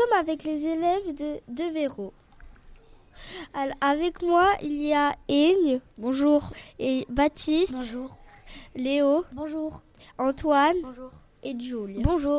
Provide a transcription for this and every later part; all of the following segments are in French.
sommes avec les élèves de Véro. Alors, avec moi, il y a Aigne. Bonjour. Et Baptiste. Bonjour. Léo. Bonjour. Antoine. Bonjour. Et Jules. Bonjour.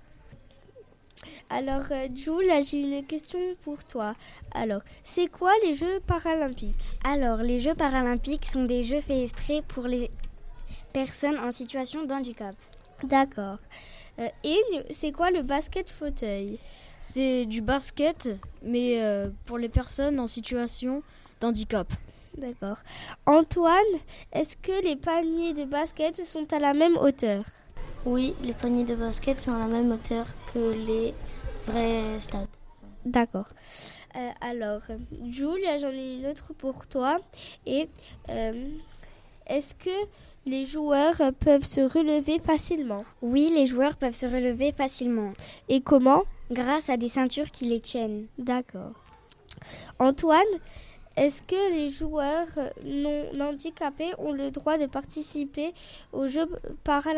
Alors, Jules, j'ai une question pour toi. Alors, c'est quoi les Jeux paralympiques ? Alors, les Jeux paralympiques sont des jeux faits exprès pour les personnes en situation de handicap. D'accord. Aigne, c'est quoi le basket fauteuil ? C'est du basket, mais pour les personnes en situation d'handicap. D'accord. Antoine, est-ce que les paniers de basket sont à la même hauteur ? Oui, les paniers de basket sont à la même hauteur que les vrais stades. D'accord. Alors, Julia, j'en ai une autre pour toi. Et est-ce que les joueurs peuvent se relever facilement ? Oui, les joueurs peuvent se relever facilement. Et comment ? Grâce à des ceintures qui les tiennent. D'accord. Antoine, est-ce que les joueurs non handicapés ont le droit de participer aux Jeux paralympiques ?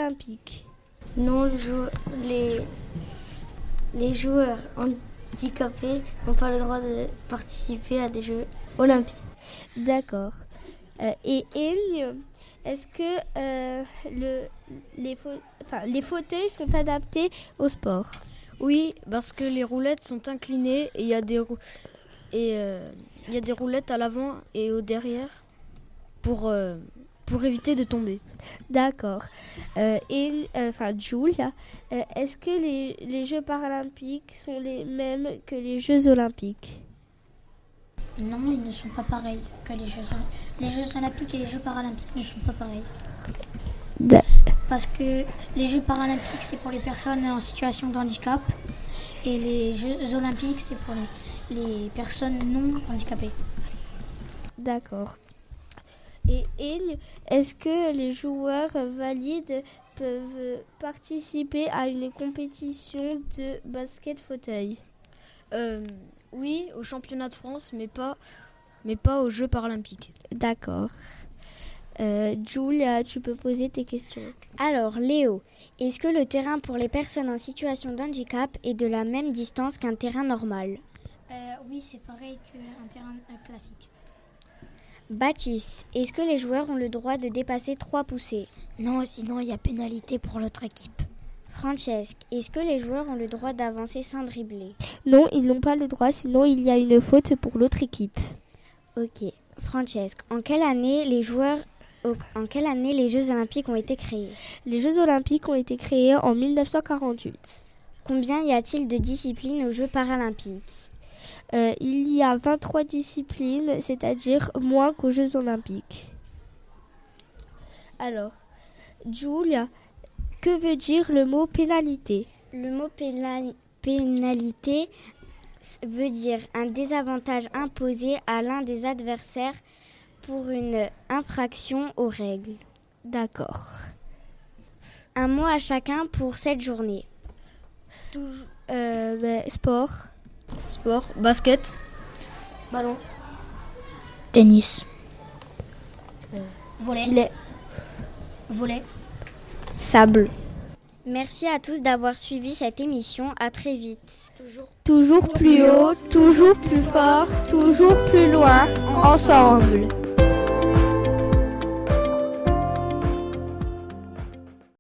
Non, les joueurs handicapés n'ont pas le droit de participer à des Jeux olympiques. D'accord. Et Aigne, est-ce que les fauteuils sont adaptés au sport ? Oui, parce que les roulettes sont inclinées et il y a des roulettes à l'avant et au derrière pour éviter de tomber. D'accord. Julia, est-ce que les Jeux paralympiques sont les mêmes que les Jeux olympiques ? Non, ils ne sont pas pareils que les Jeux olympiques. Les Jeux olympiques et les Jeux paralympiques ne sont pas pareils. Parce que les Jeux paralympiques, c'est pour les personnes en situation de handicap. Et les Jeux olympiques, c'est pour les personnes non handicapées. D'accord. Et Aigne, est-ce que les joueurs valides peuvent participer à une compétition de basket fauteuil ? Oui, au championnat de France, mais pas aux Jeux paralympiques. D'accord. Julia, tu peux poser tes questions. Alors, Léo, est-ce que le terrain pour les personnes en situation de handicap est de la même distance qu'un terrain normal ? Oui, c'est pareil qu'un terrain classique. Baptiste, est-ce que les joueurs ont le droit de dépasser 3 poussées ? Non, sinon il y a pénalité pour l'autre équipe. Francesque, est-ce que les joueurs ont le droit d'avancer sans dribbler ? Non, ils n'ont pas le droit, sinon il y a une faute pour l'autre équipe. Ok. Francesque, en quelle année les Jeux Olympiques ont été créés ? Les Jeux Olympiques ont été créés en 1948. Combien y a-t-il de disciplines aux Jeux Paralympiques ? Il y a 23 disciplines, c'est-à-dire moins qu'aux Jeux Olympiques. Alors, Julia, que veut dire le mot pénalité ? Le mot pénalité veut dire un désavantage imposé à l'un des adversaires pour une infraction aux règles. D'accord. Un mot à chacun pour cette journée. Sport, basket, Ballon, Tennis, volley, sable. Merci à tous d'avoir suivi cette émission. À très vite. Toujours plus haut, toujours plus fort, toujours plus loin, ensemble.